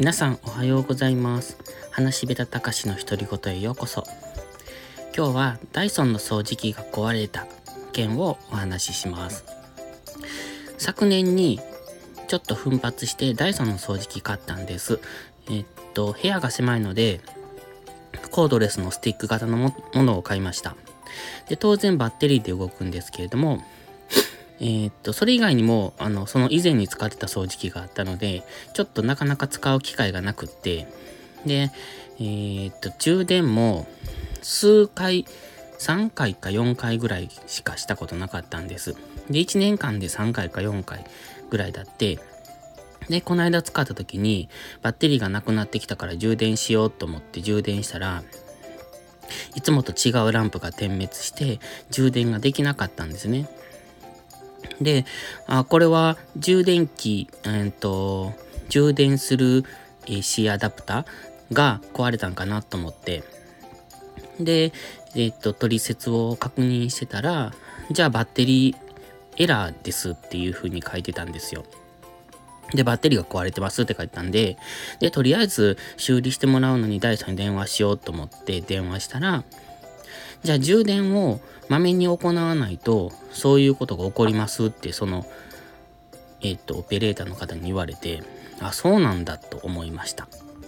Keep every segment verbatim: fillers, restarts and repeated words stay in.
皆さんおはようございます。話しべたたかしの独り言へようこそ。今日はダイソンの掃除機が壊れた件をお話しします。昨年にちょっと奮発してダイソンの掃除機買ったんです。えっと部屋が狭いのでコードレスのスティック型のものを買いました。で当然バッテリーで動くんですけれども、えー、っとそれ以外にもあのその以前に使ってた掃除機があったので、ちょっとなかなか使う機会がなくって、でえー、っと充電も数回さんかいかよんかいぐらいしかしたことなかったんです。でいちねんかんでさんかいかよんかいぐらいだって、でこの間使った時にバッテリーがなくなってきたから充電しようと思って充電したら、いつもと違うランプが点滅して充電ができなかったんですね。で、あ、これは充電器、えー、と充電する エーシー アダプターが壊れたんかなと思って、で、えっ、と取説を確認してたら、じゃあバッテリーエラーですっていう風に書いてたんですよ。で、バッテリーが壊れてますって書いてたんで、で、とりあえず修理してもらうのにダイソンに電話しようと思って電話したら、じゃあ充電をまめに行わないとそういうことが起こりますってそのえっとオペレーターの方に言われて、あ、そうなんだと思いました。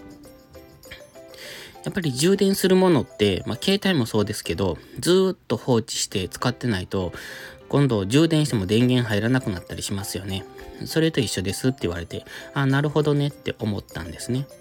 やっぱり充電するものって、まあ、携帯もそうですけど、ずーっと放置して使ってないと今度充電しても電源入らなくなったりしますよね。それと一緒ですって言われて、あ、なるほどねって思ったんですね。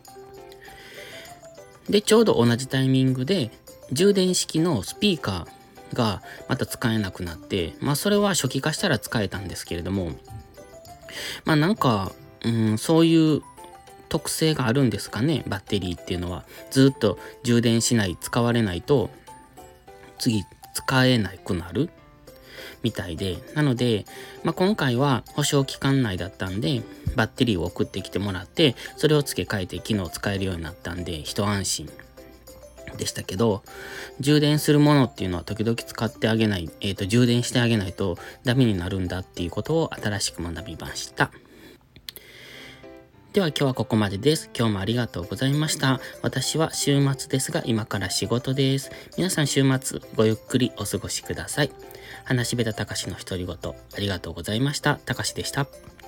でちょうど同じタイミングで充電式のスピーカーがまた使えなくなって、まあそれは初期化したら使えたんですけれども、まあなんか、うん、そういう特性があるんですかね、バッテリーっていうのは。ずっと充電しない、使われないと次使えなくなるみたいで、なので、まあ、今回は保証期間内だったんでバッテリーを送ってきてもらって、それを付け替えて昨日使えるようになったんで一安心でしたけど、充電するものっていうのは時々使ってあげない、えっと充電してあげないとダメになるんだっていうことを新しく学びました。では今日はここまでです。今日もありがとうございました。私は週末ですが今から仕事です。皆さん週末ごゆっくりお過ごしください。話しべたたかしの独り言、ありがとうございました。たかしでした。